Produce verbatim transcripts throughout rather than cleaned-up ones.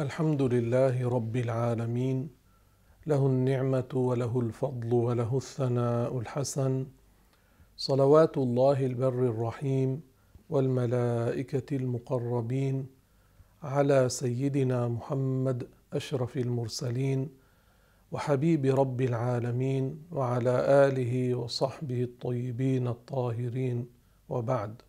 الحمد لله رب العالمين، له النعمة وله الفضل وله الثناء الحسن، صلوات الله البر الرحيم والملائكة المقربين على سيدنا محمد أشرف المرسلين وحبيب رب العالمين وعلى آله وصحبه الطيبين الطاهرين، وبعد.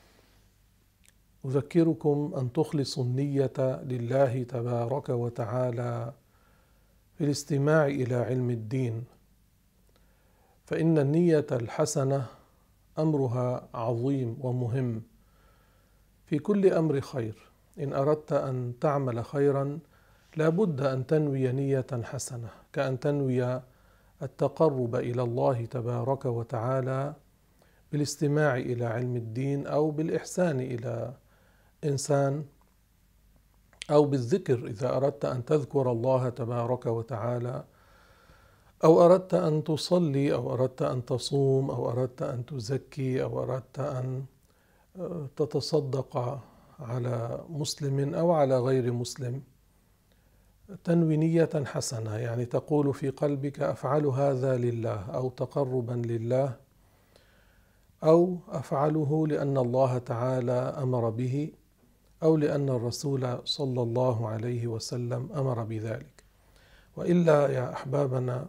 أذكركم أن تخلصوا النية لله تبارك وتعالى في الاستماع إلى علم الدين، فإن النية الحسنة أمرها عظيم ومهم في كل أمر خير. إن أردت أن تعمل خيرا لا بد أن تنوي نية حسنة، كأن تنوي التقرب إلى الله تبارك وتعالى بالاستماع إلى علم الدين، أو بالإحسان إلى إنسان، أو بالذكر إذا أردت أن تذكر الله تبارك وتعالى، أو أردت أن تصلي، أو أردت أن تصوم، أو أردت أن تزكي، أو أردت أن تتصدق على مسلم أو على غير مسلم. تنوي نية حسنة، يعني تقول في قلبك أفعل هذا لله، أو تقربا لله، أو أفعله لأن الله تعالى أمر به، أو لأن الرسول صلى الله عليه وسلم أمر بذلك. وإلا يا أحبابنا،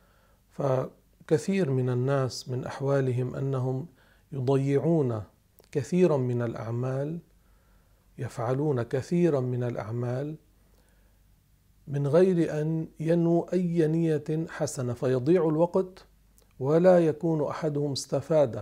فكثير من الناس من أحوالهم أنهم يضيعون كثيرا من الأعمال، يفعلون كثيرا من الأعمال من غير أن ينووا أي نية حسنة، فيضيع الوقت ولا يكون أحدهم استفاد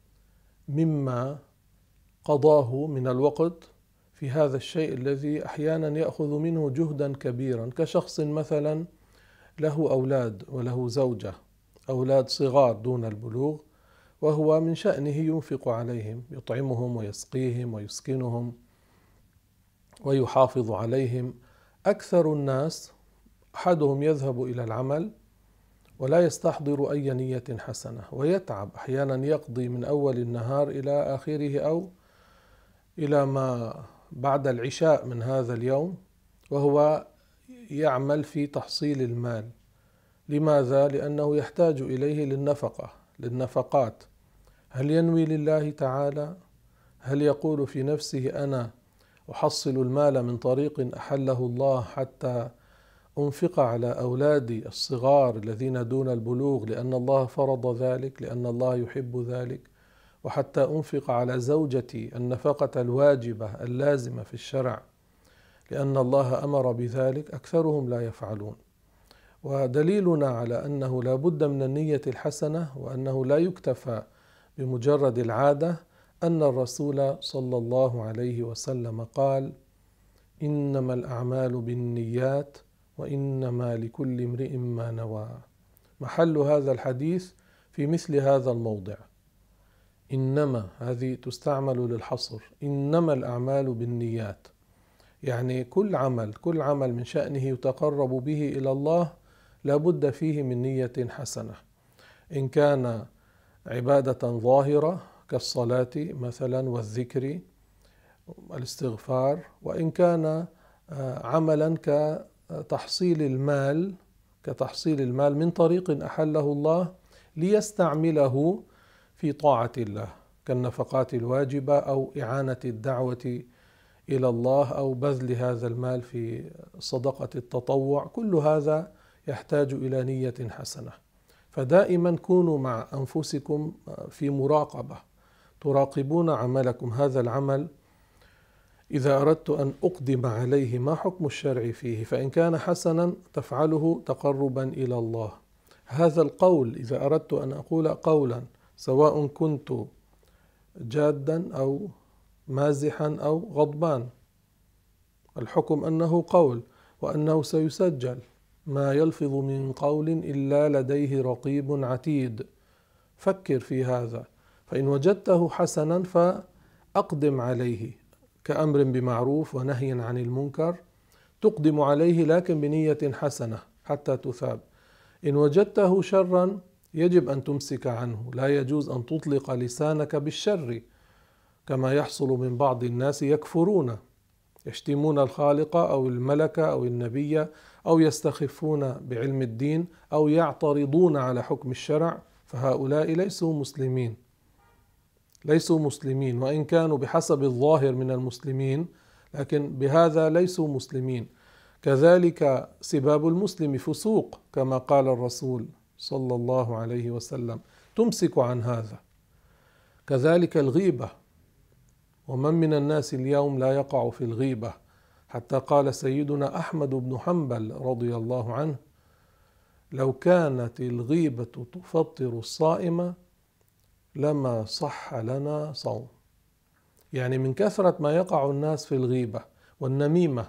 مما قضاه من الوقت في هذا الشيء الذي أحيانا يأخذ منه جهدا كبيرا، كشخص مثلا له أولاد وله زوجة، أولاد صغار دون البلوغ، وهو من شأنه ينفق عليهم، يطعمهم ويسقيهم ويسكنهم ويحافظ عليهم. أكثر الناس أحدهم يذهب إلى العمل ولا يستحضر أي نية حسنة، ويتعب، أحيانا يقضي من أول النهار إلى آخره أو إلى ما بعد العشاء من هذا اليوم وهو يعمل في تحصيل المال. لماذا؟ لأنه يحتاج إليه للنفقة للنفقات. هل ينوي لله تعالى؟ هل يقول في نفسه أنا أحصل المال من طريق أحله الله حتى أنفق على أولادي الصغار الذين دون البلوغ لأن الله فرض ذلك، لأن الله يحب ذلك، وحتى أنفق على زوجتي النفقة الواجبة اللازمة في الشرع لأن الله أمر بذلك؟ أكثرهم لا يفعلون. ودليلنا على أنه لا بد من النية الحسنة وأنه لا يكتفى بمجرد العادة أن الرسول صلى الله عليه وسلم قال: إنما الأعمال بالنيات وإنما لكل امرئ ما نوى. محل هذا الحديث في مثل هذا الموضع. إنما هذه تستعمل للحصر، إنما الأعمال بالنيات، يعني كل عمل كل عمل من شأنه يتقرب به إلى الله لا بد فيه من نية حسنة، إن كان عبادة ظاهرة كالصلاة مثلا والذكر والاستغفار، وإن كان عملا كتحصيل المال كتحصيل المال من طريق أحله الله ليستعمله في طاعة الله كالنفقات الواجبة، أو إعانة الدعوة إلى الله، أو بذل هذا المال في صدقة التطوع. كل هذا يحتاج إلى نية حسنة. فدائما كونوا مع أنفسكم في مراقبة، تراقبون عملكم. هذا العمل إذا أردت أن أقدم عليه ما حكم الشرع فيه؟ فإن كان حسنا تفعله تقربا إلى الله. هذا القول إذا أردت أن أقول قولا سواء كنت جادا أو مازحا أو غضبان، الحكم أنه قول وأنه سيسجل. ما يلفظ من قول إلا لديه رقيب عتيد. فكر في هذا، فإن وجدته حسنا فأقدم عليه كأمر بمعروف ونهي عن المنكر، تقدم عليه لكن بنية حسنة حتى تثاب. إن وجدته شرا يجب أن تمسك عنه، لا يجوز أن تطلق لسانك بالشر كما يحصل من بعض الناس، يكفرون يشتمون الخالق أو الملك أو النبي، أو يستخفون بعلم الدين، أو يعترضون على حكم الشرع، فهؤلاء ليسوا مسلمين، ليسوا مسلمين وإن كانوا بحسب الظاهر من المسلمين، لكن بهذا ليسوا مسلمين. كذلك سباب المسلم فسوق كما قال الرسول صلى الله عليه وسلم، تمسك عن هذا. كذلك الغيبة، ومن من الناس اليوم لا يقع في الغيبة، حتى قال سيدنا أحمد بن حنبل رضي الله عنه: لو كانت الغيبة تفطر الصائم لما صح لنا صوم. يعني من كثرة ما يقع الناس في الغيبة والنميمة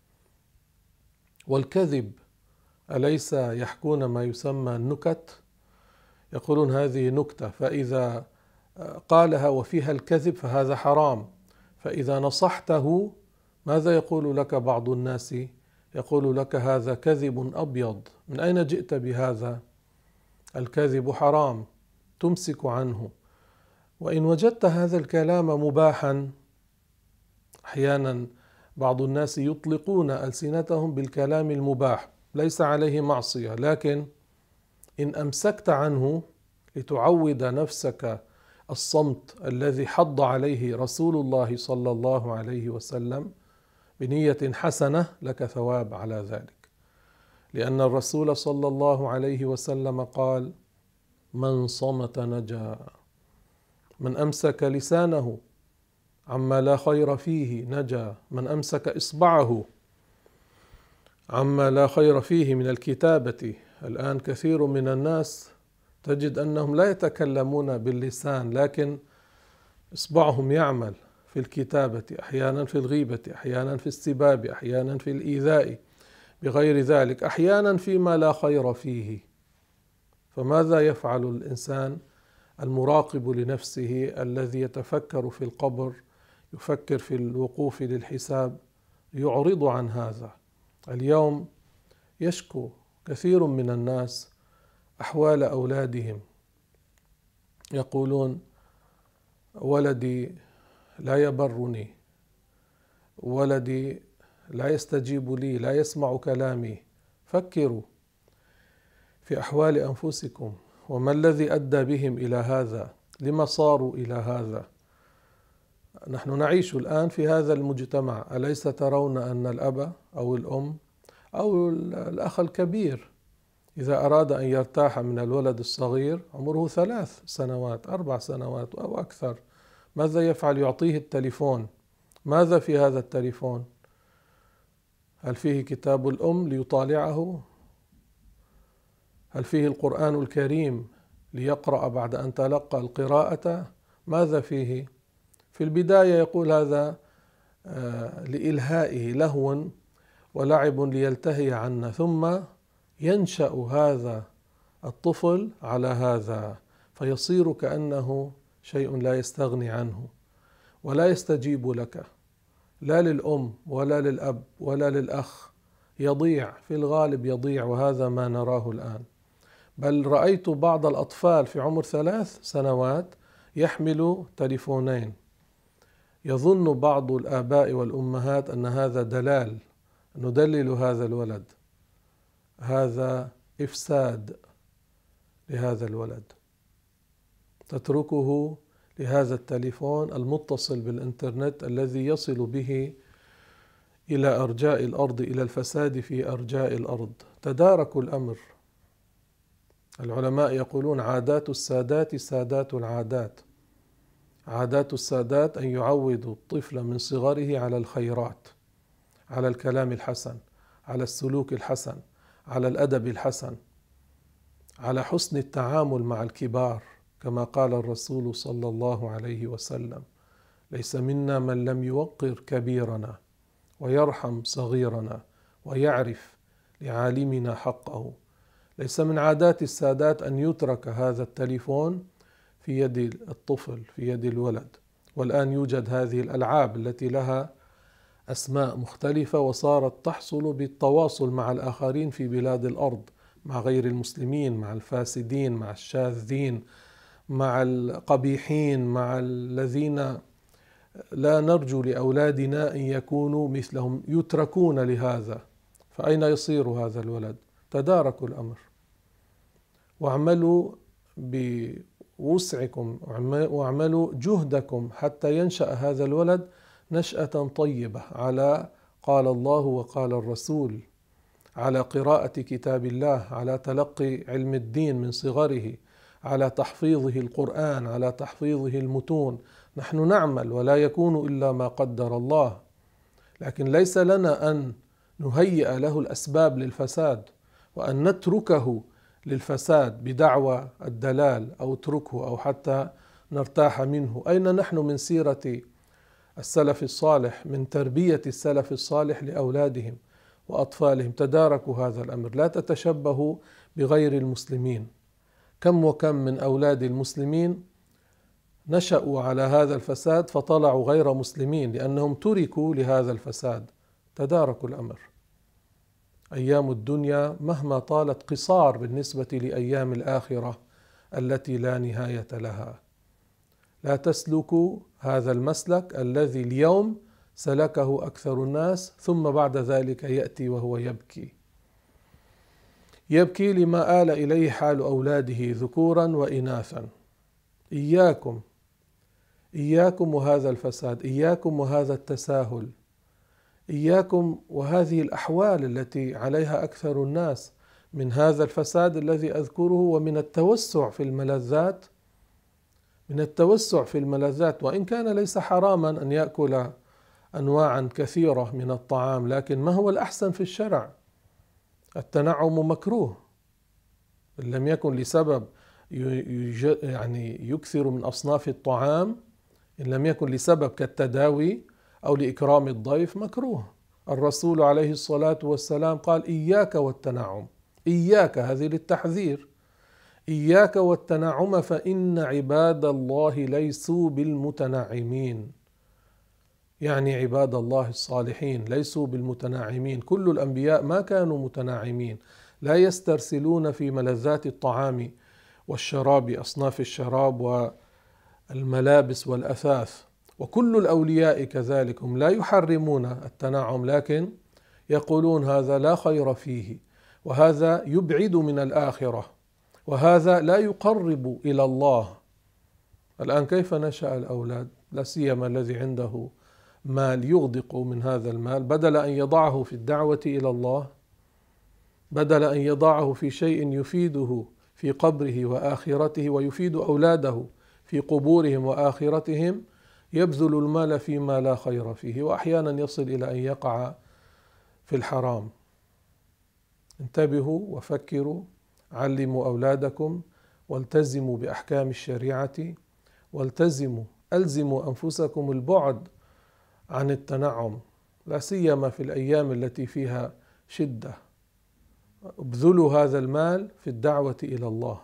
والكذب، أليس يحكون ما يسمى النكت؟ يقولون هذه نكتة، فإذا قالها وفيها الكذب فهذا حرام، فإذا نصحته ماذا يقول لك بعض الناس؟ يقول لك هذا كذب أبيض، من أين جئت بهذا؟ الكذب حرام، تمسك عنه. وإن وجدت هذا الكلام مباحا، أحيانا بعض الناس يطلقون ألسنتهم بالكلام المباح، ليس عليه معصية، لكن إن أمسكت عنه لتعود نفسك الصمت الذي حض عليه رسول الله صلى الله عليه وسلم بنية حسنة، لك ثواب على ذلك، لأن الرسول صلى الله عليه وسلم قال: من صمت نجا، من أمسك لسانه عما لا خير فيه نجا، من أمسك إصبعه عما لا خير فيه من الكتابة. الآن كثير من الناس تجد أنهم لا يتكلمون باللسان، لكن إصبعهم يعمل في الكتابة، أحيانا في الغيبة، أحيانا في السباب، أحيانا في الإيذاء بغير ذلك، أحيانا فيما لا خير فيه. فماذا يفعل الإنسان المراقب لنفسه الذي يتفكر في القبر، يفكر في الوقوف للحساب؟ يعرض عن هذا. اليوم يشكو كثير من الناس أحوال أولادهم، يقولون: ولدي لا يبرني، ولدي لا يستجيب لي، لا يسمع كلامي. فكروا في أحوال أنفسكم، وما الذي أدى بهم إلى هذا؟ لما صاروا إلى هذا؟ نحن نعيش الآن في هذا المجتمع، أليس ترون أن الأب أو الأم أو الأخ الكبير إذا أراد أن يرتاح من الولد الصغير عمره ثلاث سنوات أربع سنوات أو أكثر، ماذا يفعل؟ يعطيه التليفون. ماذا في هذا التليفون؟ هل فيه كتاب الأم ليطالعه؟ هل فيه القرآن الكريم ليقرأ بعد أن تلقى القراءة؟ ماذا فيه؟ في البداية يقول هذا لإلهائه، لهو ولعب ليلتهي عنا، ثم ينشأ هذا الطفل على هذا، فيصير كأنه شيء لا يستغني عنه ولا يستجيب لك، لا للأم ولا للأب ولا للأخ، يضيع في الغالب يضيع، وهذا ما نراه الآن. بل رأيت بعض الأطفال في عمر ثلاث سنوات يحمل تليفونين، يظن بعض الآباء والأمهات أن هذا دلال، ندلل هذا الولد. هذا إفساد لهذا الولد، تتركه لهذا التليفون المتصل بالإنترنت الذي يصل به إلى أرجاء الأرض، إلى الفساد في أرجاء الأرض. تداركوا الأمر. العلماء يقولون: عادات السادات سادات العادات. عادات السادات أن يعودوا الطفل من صغره على الخيرات، على الكلام الحسن، على السلوك الحسن، على الأدب الحسن، على حسن التعامل مع الكبار، كما قال الرسول صلى الله عليه وسلم: ليس منا من لم يوقر كبيرنا ويرحم صغيرنا ويعرف لعالمنا حقه. ليس من عادات السادات أن يترك هذا التليفون في يد الطفل، في يد الولد. والآن يوجد هذه الألعاب التي لها أسماء مختلفة، وصارت تحصل بالتواصل مع الآخرين في بلاد الأرض، مع غير المسلمين، مع الفاسدين، مع الشاذين، مع القبيحين، مع الذين لا نرجو لأولادنا أن يكونوا مثلهم، يتركون لهذا، فأين يصير هذا الولد؟ تداركوا الأمر واعملوا بوسعكم واعملوا جهدكم حتى ينشأ هذا الولد نشأة طيبة على قال الله وقال الرسول، على قراءة كتاب الله، على تلقي علم الدين من صغره، على تحفيظه القرآن، على تحفيظه المتون. نحن نعمل ولا يكون إلا ما قدر الله، لكن ليس لنا أن نهيئ له الأسباب للفساد وأن نتركه للفساد بدعوى الدلال أو اتركه أو حتى نرتاح منه. أين نحن من سيرة السلف الصالح، من تربية السلف الصالح لأولادهم وأطفالهم؟ تداركوا هذا الأمر، لا تتشبهوا بغير المسلمين. كم وكم من أولاد المسلمين نشأوا على هذا الفساد فطلعوا غير مسلمين لأنهم تركوا لهذا الفساد. تداركوا الأمر. أيام الدنيا مهما طالت قصار بالنسبة لأيام الآخرة التي لا نهاية لها. لا تسلكوا هذا المسلك الذي اليوم سلكه أكثر الناس، ثم بعد ذلك يأتي وهو يبكي يبكي لما آل إليه حال أولاده ذكورا وإناثا. إياكم إياكم وهذا الفساد، إياكم وهذا التساهل، إياكم وهذه الأحوال التي عليها أكثر الناس من هذا الفساد الذي أذكره، ومن التوسع في الملذات من التوسع في الملذات وإن كان ليس حراما أن يأكل أنواعا كثيرة من الطعام، لكن ما هو الأحسن في الشرع؟ التنعم مكروه إن لم يكن لسبب يعني يكثر من أصناف الطعام، إن لم يكن لسبب كالتداوي أو لإكرام الضيف مكروه. الرسول عليه الصلاة والسلام قال إياك والتنعم، إياك هذه للتحذير، إياك والتنعم فإن عباد الله ليسوا بالمتنعمين، يعني عباد الله الصالحين ليسوا بالمتنعمين. كل الأنبياء ما كانوا متنعمين، لا يسترسلون في ملذات الطعام والشراب، أصناف الشراب والملابس والأثاث. وكل الأولياء كذلك، هم لا يحرمون التنعم، لكن يقولون هذا لا خير فيه، وهذا يبعد من الآخرة، وهذا لا يقرب إلى الله. الآن كيف نشأ الأولاد، لا سيما الذي عنده مال يغدق من هذا المال، بدل أن يضعه في الدعوة إلى الله، بدل أن يضعه في شيء يفيده في قبره وآخرته ويفيد أولاده في قبورهم وآخرتهم، يبذل المال فيما لا خير فيه، وأحيانا يصل إلى أن يقع في الحرام. انتبهوا وفكروا، علموا أولادكم، والتزموا بأحكام الشريعة، والتزموا ألزموا أنفسكم البعد عن التنعم، لا سيما في الأيام التي فيها شدة. ابذلوا هذا المال في الدعوة إلى الله.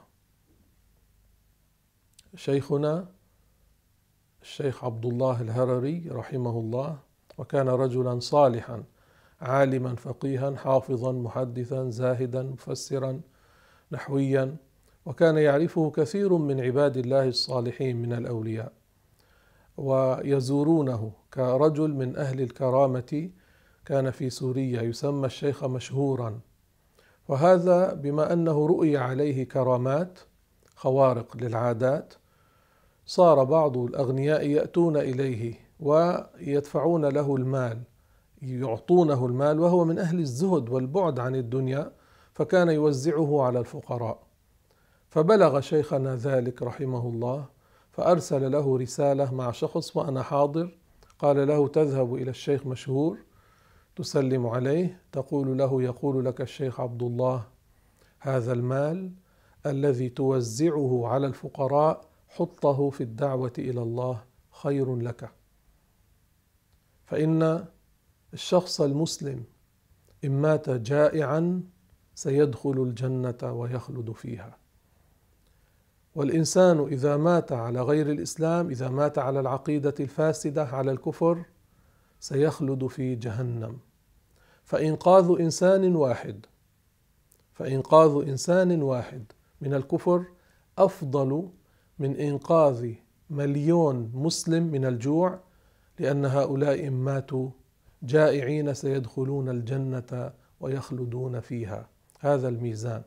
شيخنا الشيخ عبد الله الهرري رحمه الله، وكان رجلا صالحا عالما فقيها حافظا محدثا زاهدا مفسرا نحويا، وكان يعرفه كثير من عباد الله الصالحين من الأولياء ويزورونه كرجل من أهل الكرامة. كان في سوريا يسمى الشيخ مشهورا، وهذا بما أنه رؤي عليه كرامات خوارق للعادات، صار بعض الأغنياء يأتون إليه ويدفعون له المال، يعطونه المال، وهو من أهل الزهد والبعد عن الدنيا، فكان يوزعه على الفقراء. فبلغ شيخنا ذلك رحمه الله، فأرسل له رسالة مع شخص وأنا حاضر، قال له تذهب إلى الشيخ مشهور تسلم عليه، تقول له يقول لك الشيخ عبد الله هذا المال الذي توزعه على الفقراء حطه في الدعوة إلى الله، خير لك، فإن الشخص المسلم إن مات جائعا سيدخل الجنة ويخلد فيها، والإنسان إذا مات على غير الإسلام، إذا مات على العقيدة الفاسدة على الكفر، سيخلد في جهنم. فإنقاذ إنسان واحد فإنقاذ إنسان واحد من الكفر أفضل من إنقاذ مليون مسلم من الجوع لأن هؤلاء إن ماتوا جائعين سيدخلون الجنة ويخلدون فيها. هذا الميزان،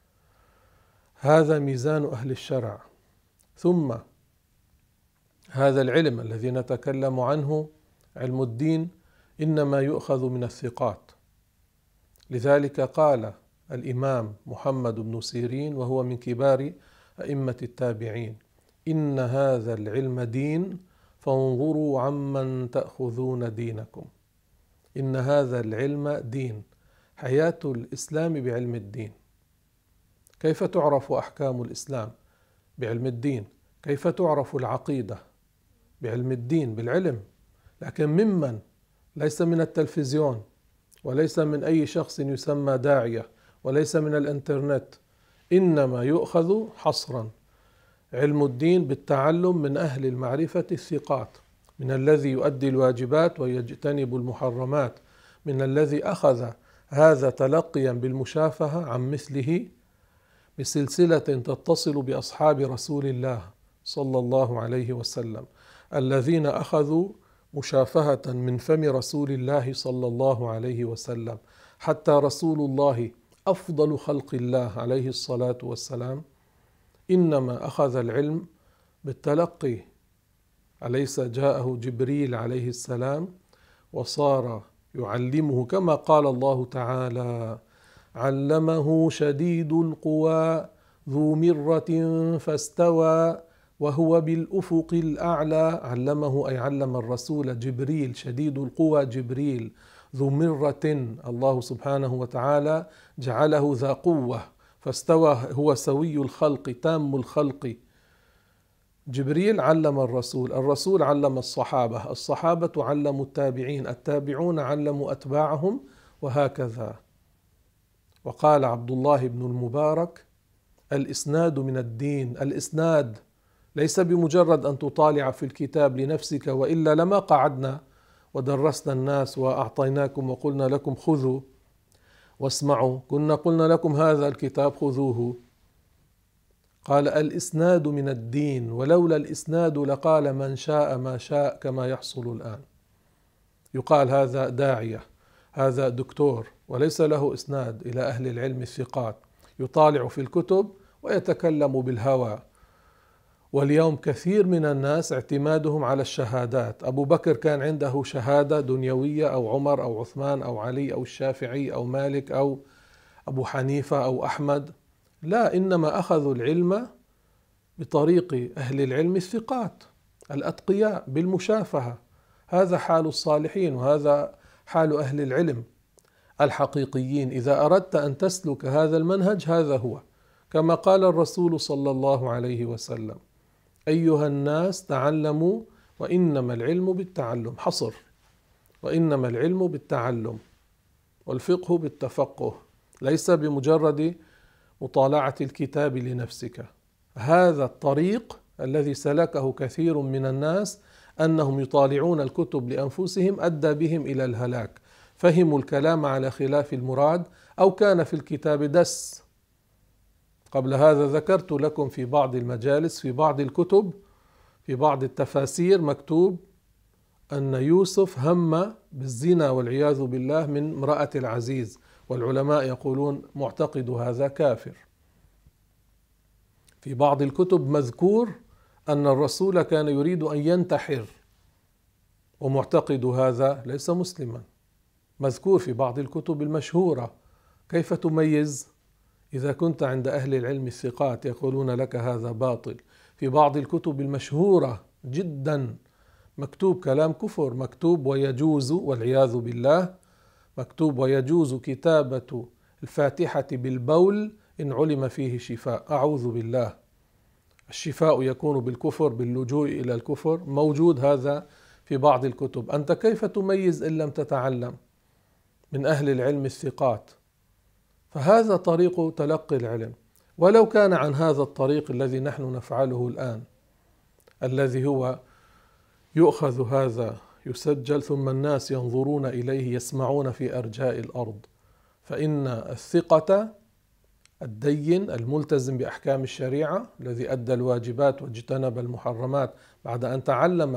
هذا ميزان أهل الشرع. ثم هذا العلم الذي نتكلم عنه، علم الدين، إنما يؤخذ من الثقات. لذلك قال الإمام محمد بن سيرين وهو من كبار أئمة التابعين: إن هذا العلم دين فانظروا عمن تأخذون دينكم. إن هذا العلم دين، حياة الإسلام بعلم الدين. كيف تعرف أحكام الإسلام؟ بعلم الدين. كيف تعرف العقيدة؟ بعلم الدين، بالعلم. لكن ممن؟ ليس من التلفزيون، وليس من أي شخص يسمى داعية، وليس من الإنترنت. إنما يؤخذ حصرا علم الدين بالتعلم من أهل المعرفة الثقات، من الذي يؤدي الواجبات ويجتنب المحرمات، من الذي أخذ هذا تلقيا بالمشافهة عن مثله بسلسلة تتصل بأصحاب رسول الله صلى الله عليه وسلم، الذين أخذوا مشافهة من فم رسول الله صلى الله عليه وسلم، حتى رسول الله أفضل خلق الله عليه الصلاة والسلام إنما أخذ العلم بالتلقي. أليس جاءه جبريل عليه السلام وصار يعلمه كما قال الله تعالى: علمه شديد القوى ذو مرة فاستوى وهو بالأفق الأعلى. علمه أي علم الرسول جبريل، شديد القوى جبريل، ذو مرة الله سبحانه وتعالى جعله ذا قوة، فاستوى هو سوي الخلق تام الخلق. جبريل علم الرسول، الرسول علم الصحابة، الصحابة علموا التابعين، التابعون علموا أتباعهم، وهكذا. وقال عبد الله بن المبارك: الإسناد من الدين. الإسناد ليس بمجرد أن تطالع في الكتاب لنفسك، وإلا لما قعدنا ودرسنا الناس وأعطيناكم وقلنا لكم خذوا واسمعوا، كنا قلنا لكم هذا الكتاب خذوه. قال: الإسناد من الدين، ولولا الإسناد لقال من شاء ما شاء كما يحصل الآن. يقال هذا داعية، هذا دكتور، وليس له إسناد إلى أهل العلم الثقات، يطالع في الكتب ويتكلم بالهوى. واليوم كثير من الناس اعتمادهم على الشهادات. أبو بكر كان عنده شهادة دنيوية، أو عمر أو عثمان أو علي أو الشافعي أو مالك أو أبو حنيفة أو أحمد. لا، إنما أخذوا العلم بطريق أهل العلم الثقات الأتقياء بالمشافهة. هذا حال الصالحين، وهذا حال أهل العلم الحقيقيين. إذا أردت أن تسلك هذا المنهج هذا هو، كما قال الرسول صلى الله عليه وسلم: أيها الناس تعلموا وإنما العلم بالتعلم. حصر: وإنما العلم بالتعلم، والفقه بالتفقه، ليس بمجرد مطالعة الكتاب لنفسك. هذا الطريق الذي سلكه كثير من الناس، أنهم يطالعون الكتب لأنفسهم، أدى بهم إلى الهلاك. فهموا الكلام على خلاف المراد، أو كان في الكتاب دس. قبل هذا ذكرت لكم في بعض المجالس، في بعض الكتب، في بعض التفاسير مكتوب أن يوسف هم بالزنا والعياذ بالله من امرأة العزيز، والعلماء يقولون معتقد هذا كافر. في بعض الكتب مذكور أن الرسول كان يريد أن ينتحر، ومعتقد هذا ليس مسلما. مذكور في بعض الكتب المشهورة. كيف تميز إذا كنت عند أهل العلم الثقات يقولون لك هذا باطل؟ في بعض الكتب المشهورة جدا مكتوب كلام كفر، مكتوب ويجوز والعياذ بالله، مكتوب ويجوز كتابة الفاتحة بالبول إن علم فيه شفاء. أعوذ بالله. الشفاء يكون بالكفر، باللجوء إلى الكفر. موجود هذا في بعض الكتب. أنت كيف تميز إن لم تتعلم من أهل العلم الثقات؟ فهذا طريق تلقي العلم. ولو كان عن هذا الطريق الذي نحن نفعله الآن، الذي هو يؤخذ هذا يسجل ثم الناس ينظرون إليه يسمعون في أرجاء الأرض، فإن الثقة الدين الملتزم بأحكام الشريعة، الذي أدى الواجبات واجتنب المحرمات بعد أن تعلم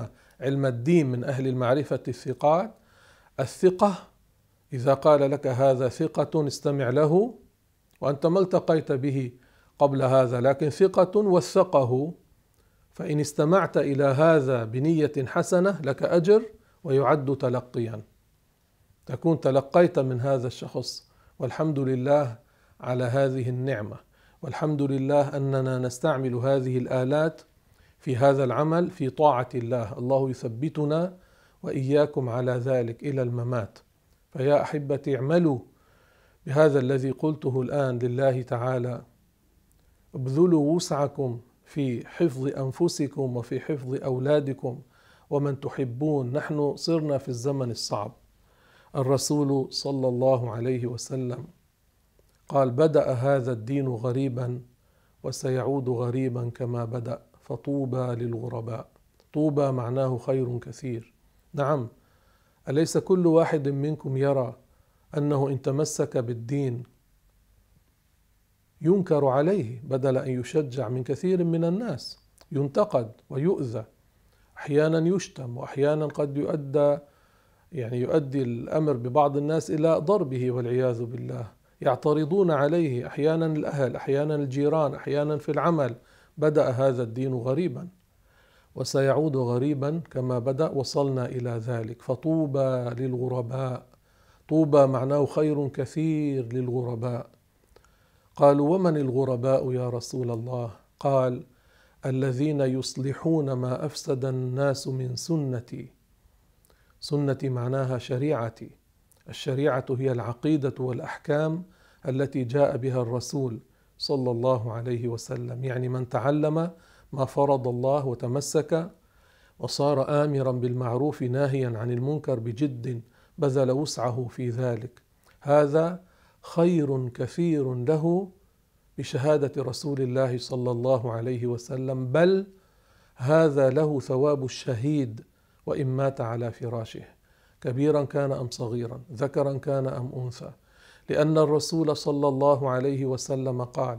علم الدين من أهل المعرفة الثقات. الثقة إذا قال لك هذا ثقة استمع له، وأنت ما التقيت به قبل هذا، لكن ثقة وثقه، فإن استمعت إلى هذا بنية حسنة لك أجر ويعد تلقيا، تكون تلقيت من هذا الشخص. والحمد لله على هذه النعمة، والحمد لله أننا نستعمل هذه الآلات في هذا العمل في طاعة الله. الله يثبتنا وإياكم على ذلك إلى الممات. فيا أحبتي اعملوا بهذا الذي قلته الآن لله تعالى، ابذلوا وسعكم في حفظ أنفسكم وفي حفظ أولادكم ومن تحبون. نحن صرنا في الزمن الصعب. الرسول صلى الله عليه وسلم قال: بدأ هذا الدين غريبا وسيعود غريبا كما بدأ، فطوبى للغرباء. طوبى معناه خير كثير. نعم، أليس كل واحد منكم يرى أنه إن تمسك بالدين ينكر عليه بدل أن يشجع من كثير من الناس، ينتقد ويؤذى، أحيانا يشتم، وأحيانا قد يؤدى يعني يؤدي الأمر ببعض الناس إلى ضربه والعياذ بالله. يعترضون عليه أحيانا الأهل، أحيانا الجيران، أحيانا في العمل. بدأ هذا الدين غريبا وسيعود غريبا كما بدأ. وصلنا إلى ذلك، فطوبى للغرباء. طوبى معناه خير كثير للغرباء. قالوا: ومن الغرباء يا رسول الله؟ قال: الذين يصلحون ما أفسد الناس من سنتي. سنتي معناها شريعتي. الشريعة هي العقيدة والأحكام التي جاء بها الرسول صلى الله عليه وسلم، يعني من تعلم ما فرض الله وتمسك وصار آمرا بالمعروف ناهيا عن المنكر بجد، بذل وسعه في ذلك، هذا خير كثير له بشهادة رسول الله صلى الله عليه وسلم، بل هذا له ثواب الشهيد وإن مات على فراشه، كبيرا كان أم صغيرا، ذكرا كان أم أنثى، لأن الرسول صلى الله عليه وسلم قال: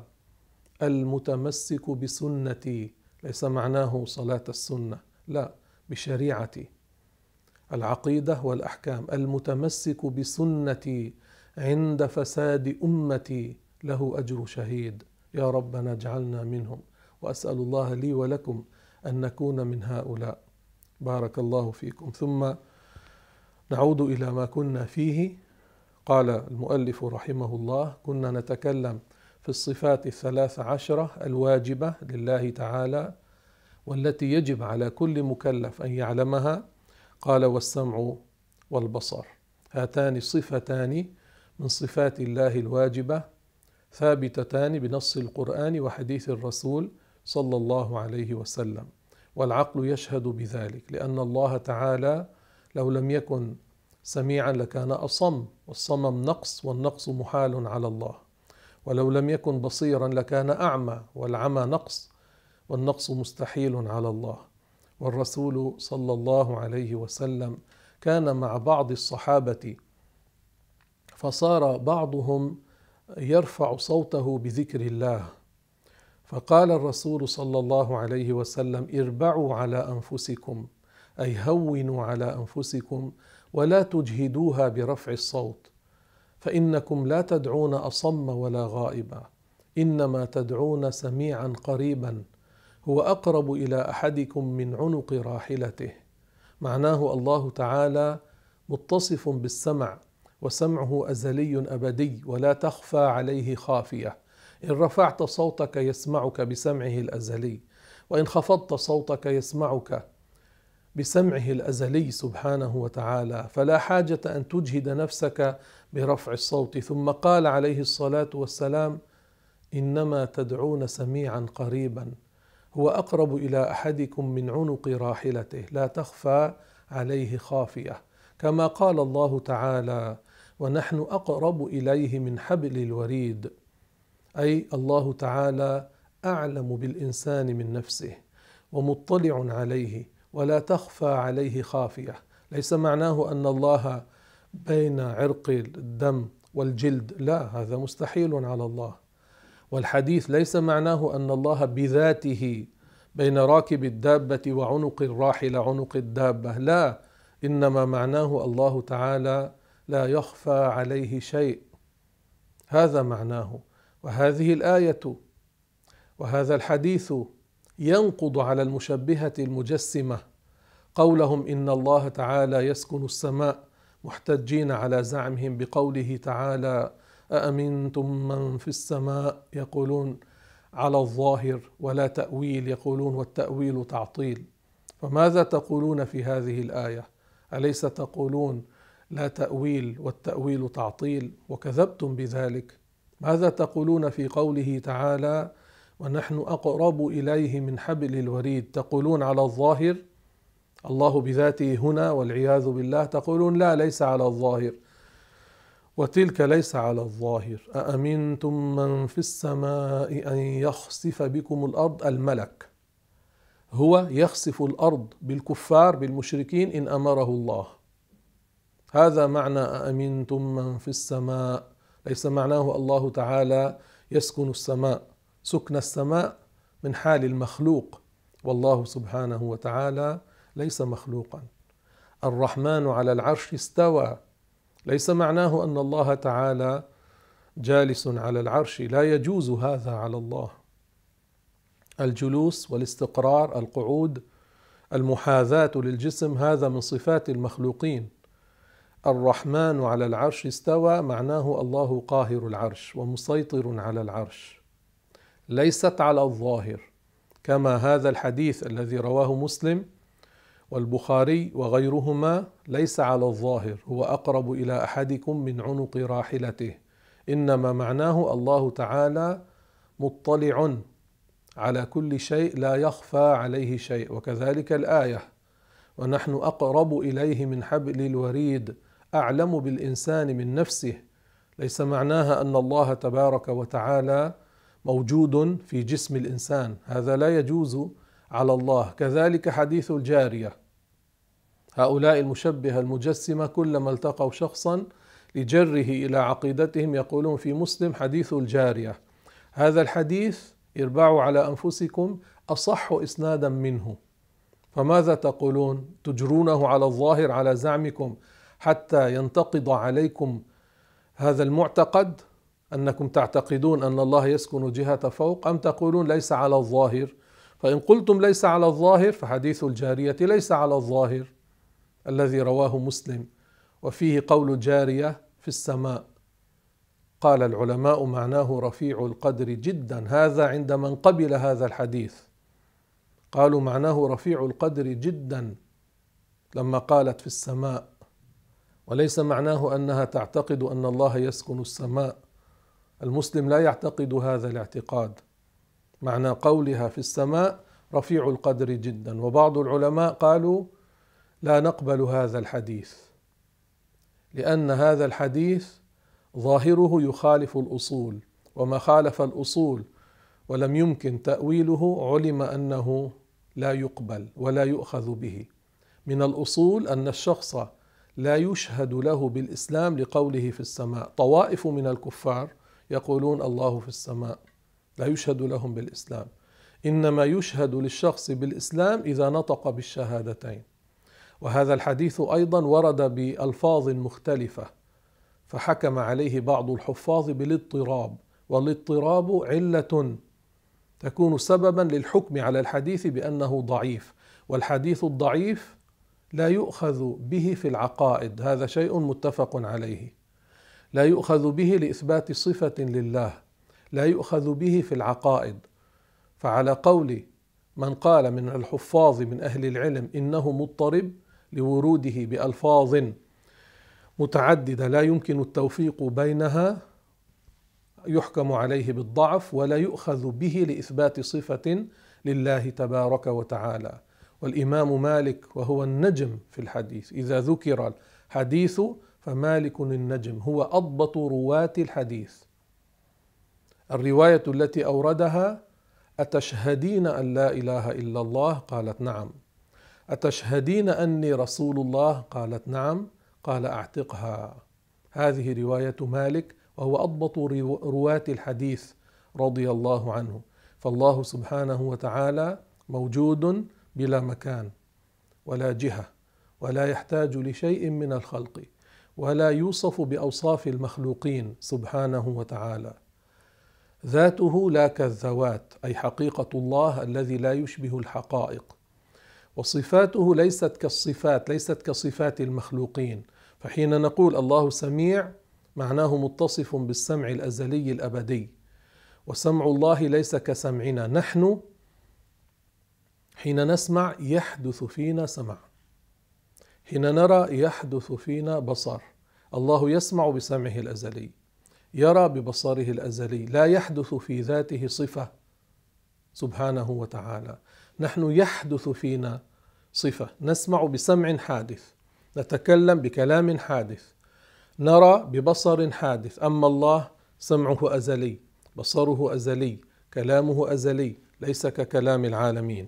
المتمسك بسنتي، ليس معناه صلاة السنة، لا، بشريعتي، العقيدة والأحكام. المتمسك بسنتي عند فساد أمتي له أجر شهيد. يا ربنا اجعلنا منهم، وأسأل الله لي ولكم أن نكون من هؤلاء. بارك الله فيكم. ثم نعود إلى ما كنا فيه. قال المؤلف رحمه الله: كنا نتكلم في الصفات الثلاث عشرة الواجبة لله تعالى والتي يجب على كل مكلف أن يعلمها. قال: والسمع والبصر، هاتان صفتان من صفات الله الواجبة ثابتتان بنص القرآن وحديث الرسول صلى الله عليه وسلم، والعقل يشهد بذلك، لأن الله تعالى لو لم يكن سميعا لكان أصم، والصمم نقص، والنقص محال على الله. ولو لم يكن بصيرا لكان أعمى، والعمى نقص، والنقص مستحيل على الله. والرسول صلى الله عليه وسلم كان مع بعض الصحابة فصار بعضهم يرفع صوته بذكر الله، فقال الرسول صلى الله عليه وسلم: اربعوا على أنفسكم، أي هونوا على أنفسكم ولا تجهدوها برفع الصوت، فإنكم لا تدعون أصم ولا غائبا، إنما تدعون سميعا قريبا هو أقرب إلى أحدكم من عنق راحلته. معناه الله تعالى متصف بالسمع، وسمعه أزلي أبدي ولا تخفى عليه خافية. إن رفعت صوتك يسمعك بسمعه الأزلي، وإن خفضت صوتك يسمعك بسمعه الأزلي سبحانه وتعالى، فلا حاجة أن تجهد نفسك برفع الصوت. ثم قال عليه الصلاة والسلام: إنما تدعون سميعا قريبا هو أقرب إلى أحدكم من عنق راحلته لا تخفى عليه خافية. كما قال الله تعالى: ونحن أقرب إليه من حبل الوريد، أي الله تعالى أعلم بالإنسان من نفسه ومطلع عليه ولا تخفى عليه خافية. ليس معناه أن الله بين عرق الدم والجلد، لا، هذا مستحيل على الله. والحديث ليس معناه أن الله بذاته بين راكب الدابة وعنق الراحل عنق الدابة، لا، إنما معناه الله تعالى لا يخفى عليه شيء، هذا معناه. وهذه الآية وهذا الحديث ينقض على المشبهة المجسمة قولهم إن الله تعالى يسكن السماء، محتجين على زعمهم بقوله تعالى أأمنتم من في السماء، يقولون على الظاهر ولا تأويل، يقولون والتأويل تعطيل. فماذا تقولون في هذه الآية؟ أليس تقولون لا تأويل والتأويل تعطيل؟ وكذبتم بذلك. ماذا تقولون في قوله تعالى ونحن أقرب إليه من حبل الوريد؟ تقولون على الظاهر الله بذاته هنا والعياذ بالله، تقولون لا، ليس على الظاهر، وتلك ليس على الظاهر. أأمنتم من في السماء أن يخسف بكم الأرض، الملك هو يخسف الأرض بالكفار بالمشركين إن أمره الله، هذا معنى أأمنتم من في السماء، ليس معناه الله تعالى يسكن السماء. سكن السماء من حال المخلوق، والله سبحانه وتعالى ليس مخلوقا. الرحمن على العرش استوى، ليس معناه أن الله تعالى جالس على العرش، لا يجوز هذا على الله. الجلوس والاستقرار، القعود، المحاذاة للجسم، هذا من صفات المخلوقين. الرحمن على العرش استوى معناه الله قاهر العرش ومسيطر على العرش، ليست على الظاهر، كما هذا الحديث الذي رواه مسلم والبخاري وغيرهما ليس على الظاهر، هو أقرب إلى أحدكم من عنق راحلته، إنما معناه الله تعالى مطلع على كل شيء لا يخفى عليه شيء. وكذلك الآية ونحن أقرب إليه من حبل الوريد، أعلم بالإنسان من نفسه، ليس معناها أن الله تبارك وتعالى موجود في جسم الإنسان، هذا لا يجوز على الله. كذلك حديث الجارية، هؤلاء المشبهة المجسمة كلما التقوا شخصا لجره إلى عقيدتهم يقولون في مسلم حديث الجارية، هذا الحديث اربعوا على أنفسكم أصح إسنادا منه، فماذا تقولون؟ تجرونه على الظاهر على زعمكم حتى ينتقض عليكم هذا المعتقد أنكم تعتقدون أن الله يسكن جهة فوق، أم تقولون ليس على الظاهر؟ فإن قلتم ليس على الظاهر فحديث الجارية ليس على الظاهر الذي رواه مسلم وفيه قول جارية في السماء، قال العلماء معناه رفيع القدر جدا، هذا عند من قبل هذا الحديث قالوا معناه رفيع القدر جدا لما قالت في السماء، وليس معناه أنها تعتقد أن الله يسكن السماء. المسلم لا يعتقد هذا الاعتقاد، معنى قولها في السماء رفيع القدر جدا. وبعض العلماء قالوا لا نقبل هذا الحديث لأن هذا الحديث ظاهره يخالف الأصول، وما خالف الأصول ولم يمكن تأويله علم أنه لا يقبل ولا يؤخذ به. من الأصول أن الشخص لا يشهد له بالإسلام لقوله في السماء، طوائف من الكفار يقولون الله في السماء لا يشهد لهم بالإسلام، إنما يشهد للشخص بالإسلام إذا نطق بالشهادتين. وهذا الحديث أيضا ورد بألفاظ مختلفة فحكم عليه بعض الحفاظ بالاضطراب، والاضطراب علة تكون سببا للحكم على الحديث بأنه ضعيف، والحديث الضعيف لا يؤخذ به في العقائد، هذا شيء متفق عليه، لا يؤخذ به لإثبات صفة لله، لا يؤخذ به في العقائد. فعلى قول من قال من الحفاظ من أهل العلم إنه مضطرب لوروده بألفاظ متعددة لا يمكن التوفيق بينها، يحكم عليه بالضعف ولا يؤخذ به لإثبات صفة لله تبارك وتعالى. والإمام مالك وهو النجم في الحديث، إذا ذكر الحديث فمالك النجم، هو أضبط رواة الحديث. الرواية التي أوردها أتشهدين أن لا إله إلا الله؟ قالت نعم. أتشهدين أني رسول الله؟ قالت نعم. قال أعتقها. هذه رواية مالك وهو أضبط رواة الحديث رضي الله عنه. فالله سبحانه وتعالى موجود بلا مكان ولا جهة، ولا يحتاج لشيء من الخلق، ولا يوصف بأوصاف المخلوقين سبحانه وتعالى. ذاته لا كالذوات، أي حقيقة الله الذي لا يشبه الحقائق. وصفاته ليست كالصفات، ليست كصفات المخلوقين. فحين نقول الله سميع معناه متصف بالسمع الأزلي الأبدي، وسمع الله ليس كسمعنا. نحن حين نسمع يحدث فينا سمع، حين نرى يحدث فينا بصر. الله يسمع بسمعه الأزلي، يرى ببصره الأزلي، لا يحدث في ذاته صفة سبحانه وتعالى. نحن يحدث فينا صفة، نسمع بسمع حادث، نتكلم بكلام حادث، نرى ببصر حادث. أما الله سمعه أزلي، بصره أزلي، كلامه أزلي، ليس ككلام العالمين.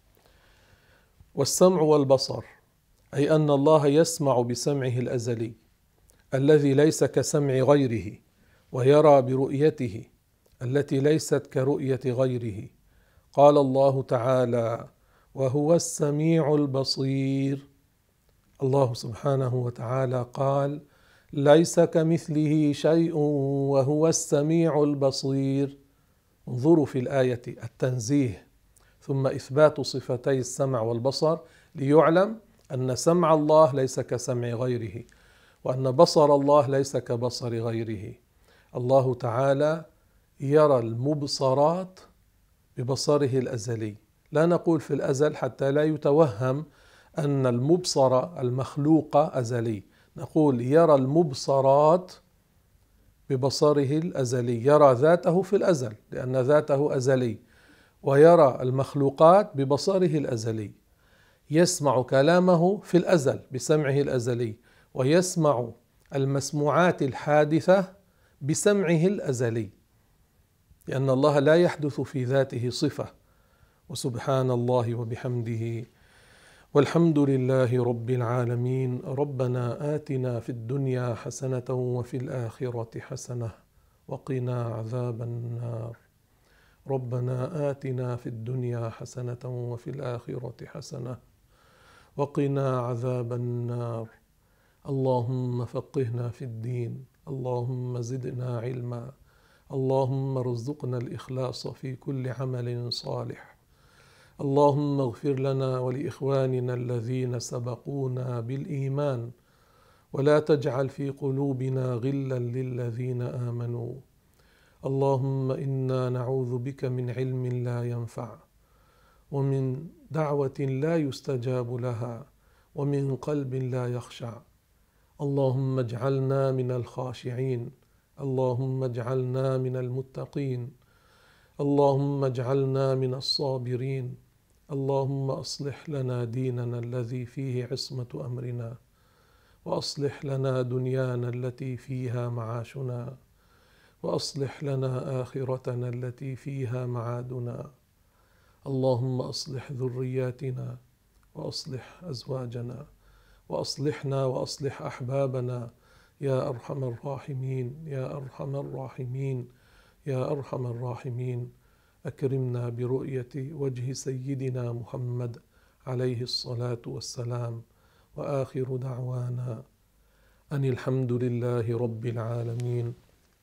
والسمع والبصر، أي أن الله يسمع بسمعه الأزلي الذي ليس كسمع غيره، ويرى برؤيته التي ليست كرؤية غيره. قال الله تعالى: وهو السميع البصير. الله سبحانه وتعالى قال: ليس كمثله شيء وهو السميع البصير. انظروا في الآية التنزيه ثم إثبات صفتي السمع والبصر، ليعلم أن سمع الله ليس كسمع غيره، وأن بصر الله ليس كبصر غيره. الله تعالى يرى المبصرات ببصره الأزلي. لا نقول في الأزل حتى لا يتوهم أن المبصر المخلوق أزلي، نقول يرى المبصرات ببصره الأزلي، يرى ذاته في الأزل لأن ذاته أزلي، ويرى المخلوقات ببصره الأزلي. يسمع كلامه في الأزل بسمعه الأزلي، ويسمع المسموعات الحادثة بسمعه الأزلي، لأن الله لا يحدث في ذاته صفة. وسبحان الله وبحمده، والحمد لله رب العالمين. ربنا آتنا في الدنيا حسنة وفي الآخرة حسنة وقنا عذاب النار. ربنا آتنا في الدنيا حسنة وفي الآخرة حسنة وقنا عذاب النار. اللهم فقهنا في الدين، اللهم زدنا علما، اللهم ارزقنا الإخلاص في كل عمل صالح. اللهم اغفر لنا ولإخواننا الذين سبقونا بالإيمان، ولا تجعل في قلوبنا غلا للذين آمنوا. اللهم إنا نعوذ بك من علم لا ينفع، ومن دعوة لا يستجاب لها، ومن قلب لا يخشع. اللهم اجعلنا من الخاشعين، اللهم اجعلنا من المتقين، اللهم اجعلنا من الصابرين. اللهم أصلح لنا ديننا الذي فيه عصمة أمرنا، وأصلح لنا دنيانا التي فيها معاشنا، وأصلح لنا آخرتنا التي فيها معادنا. اللهم أصلح ذرياتنا، وأصلح أزواجنا، وأصلحنا وأصلح أحبابنا يا أرحم الراحمين، يا أرحم الراحمين، يا أرحم الراحمين. أكرمنا برؤية وجه سيدنا محمد عليه الصلاة والسلام. وآخر دعوانا أن الحمد لله رب العالمين.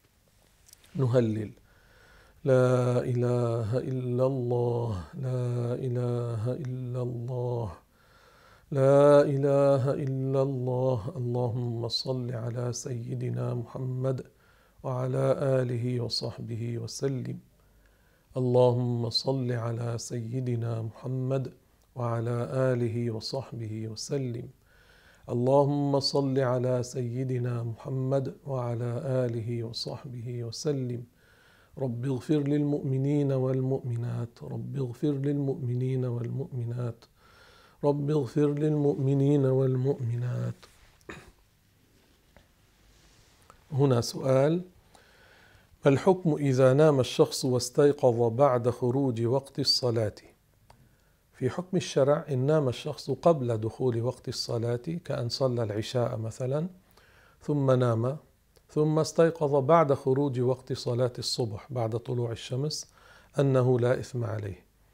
نهلل: لا إله إلا الله، لا إله إلا الله، لا إله إلا الله. اللهم صل على سيدنا محمد وعلى آله وصحبه وسلم. اللهم صل على سيدنا محمد وعلى آله وصحبه وسلم. اللهم صل على سيدنا محمد وعلى آله وصحبه وسلم. رب اغفر للمؤمنين والمؤمنات، رب اغفر للمؤمنين والمؤمنات، رب اغفر للمؤمنين والمؤمنات. هنا سؤال: ما الحكم إذا نام الشخص واستيقظ بعد خروج وقت الصلاة؟ في حكم الشرع إن نام الشخص قبل دخول وقت الصلاة، كأن صلى العشاء مثلا ثم نام، ثم استيقظ بعد خروج وقت صلاة الصبح بعد طلوع الشمس، أنه لا إثم عليه.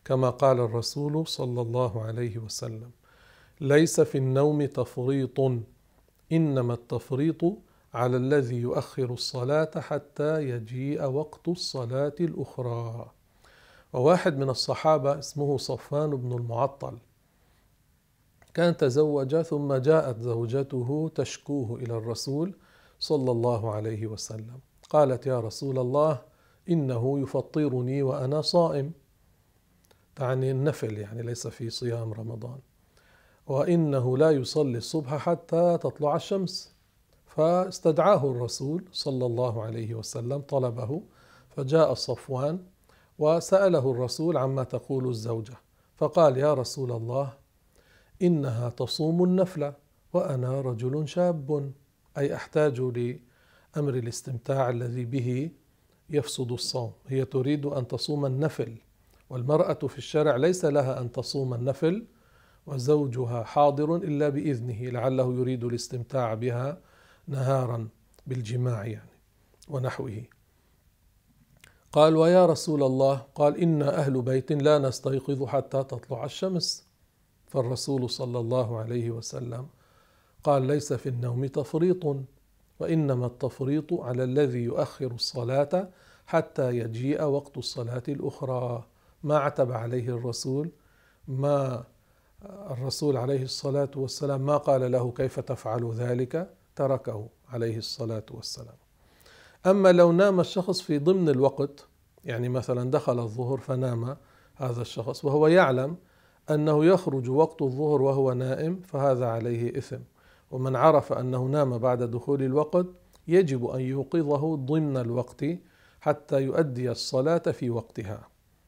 كما قال الرسول صلى الله عليه وسلم: ليس في النوم تفريط، إنما التفريط على الذي يؤخر الصلاة حتى يجيء وقت الصلاة الأخرى. وواحد من الصحابة اسمه صفوان بن المعطل كان تزوج، ثم جاءت زوجته تشكوه إلى الرسول صلى الله عليه وسلم، قالت: يا رسول الله، إنه يفطرني وأنا صائم، تعني النفل، يعني ليس في صيام رمضان، وإنه لا يصلي الصبح حتى تطلع الشمس. فاستدعاه الرسول صلى الله عليه وسلم، طلبه، فجاء صفوان وسأله الرسول عما تقول الزوجة، فقال: يا رسول الله، إنها تصوم النفل وأنا رجل شاب، أي أحتاج لأمر الاستمتاع الذي به يفسد الصوم. هي تريد أن تصوم النفل، والمرأة في الشرع ليس لها أن تصوم النفل وزوجها حاضر إلا بإذنه، لعله يريد الاستمتاع بها نهارا بالجماع يعني ونحوه. قال: ويا رسول الله، قال: إنا أهل بيت لا نستيقظ حتى تطلع الشمس. فالرسول صلى الله عليه وسلم قال: ليس في النوم تفريط، وإنما التفريط على الذي يؤخر الصلاة حتى يجيء وقت الصلاة الأخرى. ما عتب عليه الرسول، ما الرسول عليه الصلاة والسلام ما قال له كيف تفعل ذلك، تركه عليه الصلاة والسلام. أما لو نام الشخص في ضمن الوقت، يعني مثلا دخل الظهر فنام هذا الشخص وهو يعلم أنه يخرج وقت الظهر وهو نائم، فهذا عليه إثم. ومن عرف أنه نام بعد دخول الوقت يجب أن يوقظه ضمن الوقت حتى يؤدي الصلاة في وقتها.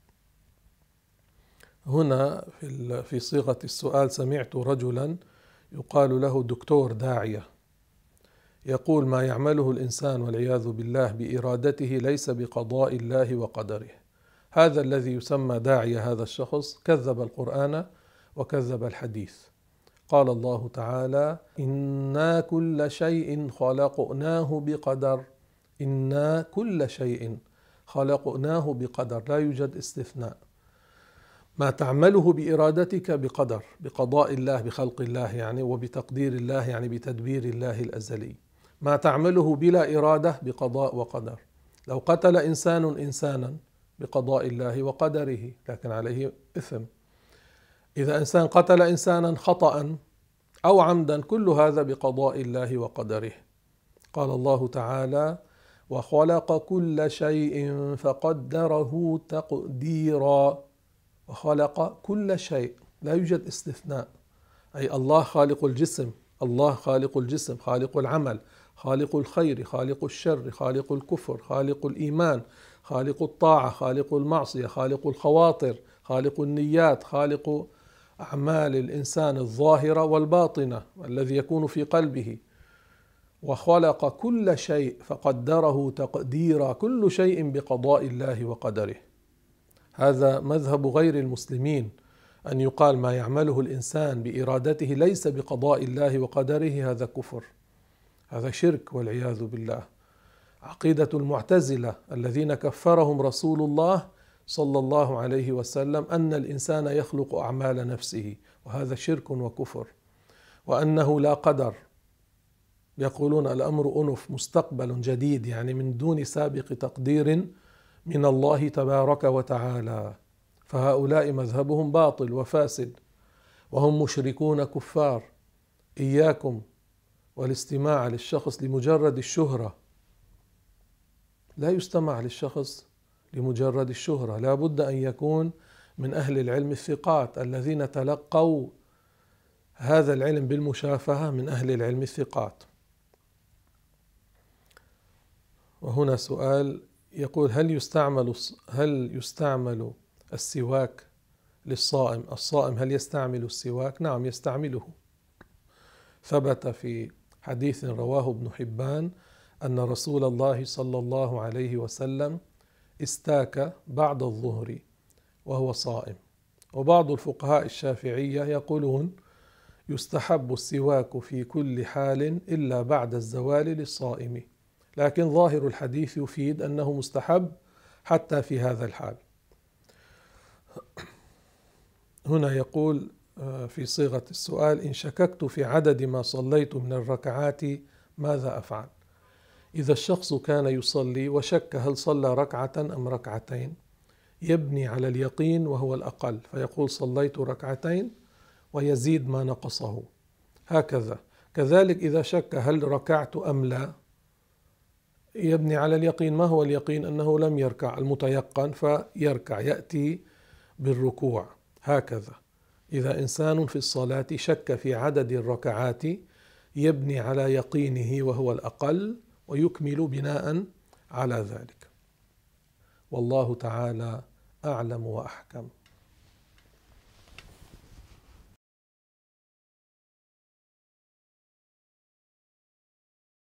هنا في صيغة السؤال سمعت رجلا يقال له دكتور داعية يقول: ما يعمله الإنسان والعياذ بالله بإرادته ليس بقضاء الله وقدره. هذا الذي يسمى داعية، هذا الشخص كذب القرآن وكذب الحديث. قال الله تعالى: إنا كل شيء خلقناه بقدر. إنا كل شيء خلقناه بقدر، لا يوجد استثناء. ما تعمله بإرادتك بقدر، بقضاء الله، بخلق الله يعني، وبتقدير الله يعني بتدبير الله الأزلي. ما تعمله بلا إرادة بقضاء وقدر. لو قتل إنسان إنسانا بقضاء الله وقدره لكن عليه إثم. إذا إنسان قتل إنسانا خطأ أو عمدا كل هذا بقضاء الله وقدره. قال الله تعالى: وخلق كل شيء فقدره تقديرا. وخلق كل شيء، لا يوجد استثناء، أي الله خالق الجسم، الله خالق الجسم، خالق العمل، خالق الخير، خالق الشر، خالق الكفر، خالق الإيمان، خالق الطاعة، خالق المعصية، خالق الخواطر، خالق النيات، خالق أعمال الإنسان الظاهرة والباطنة الذي يكون في قلبه. وخلق كل شيء فقدره تقديرا، كل شيء بقضاء الله وقدره. هذا مذهب غير المسلمين، أن يقال ما يعمله الإنسان بإرادته ليس بقضاء الله وقدره، هذا كفر، هذا شرك والعياذ بالله. عقيدة المعتزلة الذين كفرهم رسول الله صلى الله عليه وسلم أن الإنسان يخلق أعمال نفسه، وهذا شرك وكفر. وأنه لا قدر، يقولون الأمر أنف، مستقبل جديد، يعني من دون سابق تقدير من الله تبارك وتعالى. فهؤلاء مذهبهم باطل وفاسد وهم مشركون كفار. إياكم والاستماع للشخص لمجرد الشهرة، لا يستمع للشخص لمجرد الشهرة، لا بد أن يكون من أهل العلم الثقات الذين تلقوا هذا العلم بالمشافهة من أهل العلم الثقات. وهنا سؤال يقول: هل يستعمل هل يستعمل السواك للصائم؟ الصائم هل يستعمل السواك؟ نعم يستعمله. ثبت في حديث رواه ابن حبان أن رسول الله صلى الله عليه وسلم استاك بعد الظهر وهو صائم. وبعض الفقهاء الشافعية يقولون يستحب السواك في كل حال إلا بعد الزوال للصائم، لكن ظاهر الحديث يفيد أنه مستحب حتى في هذا الحال. هنا يقول في صيغة السؤال: إن شككت في عدد ما صليت من الركعات ماذا أفعل؟ إذا الشخص كان يصلي وشك هل صلى ركعة أم ركعتين، يبني على اليقين وهو الأقل، فيقول صليت ركعتين ويزيد ما نقصه، هكذا. كذلك إذا شك هل ركعت أم لا، يبني على اليقين. ما هو اليقين؟ أنه لم يركع، المتيقن، فيركع، يأتي بالركوع، هكذا. إذا إنسان في الصلاة شك في عدد الركعات يبني على يقينه وهو الأقل ويكمل بناء على ذلك. والله تعالى أعلم وأحكم.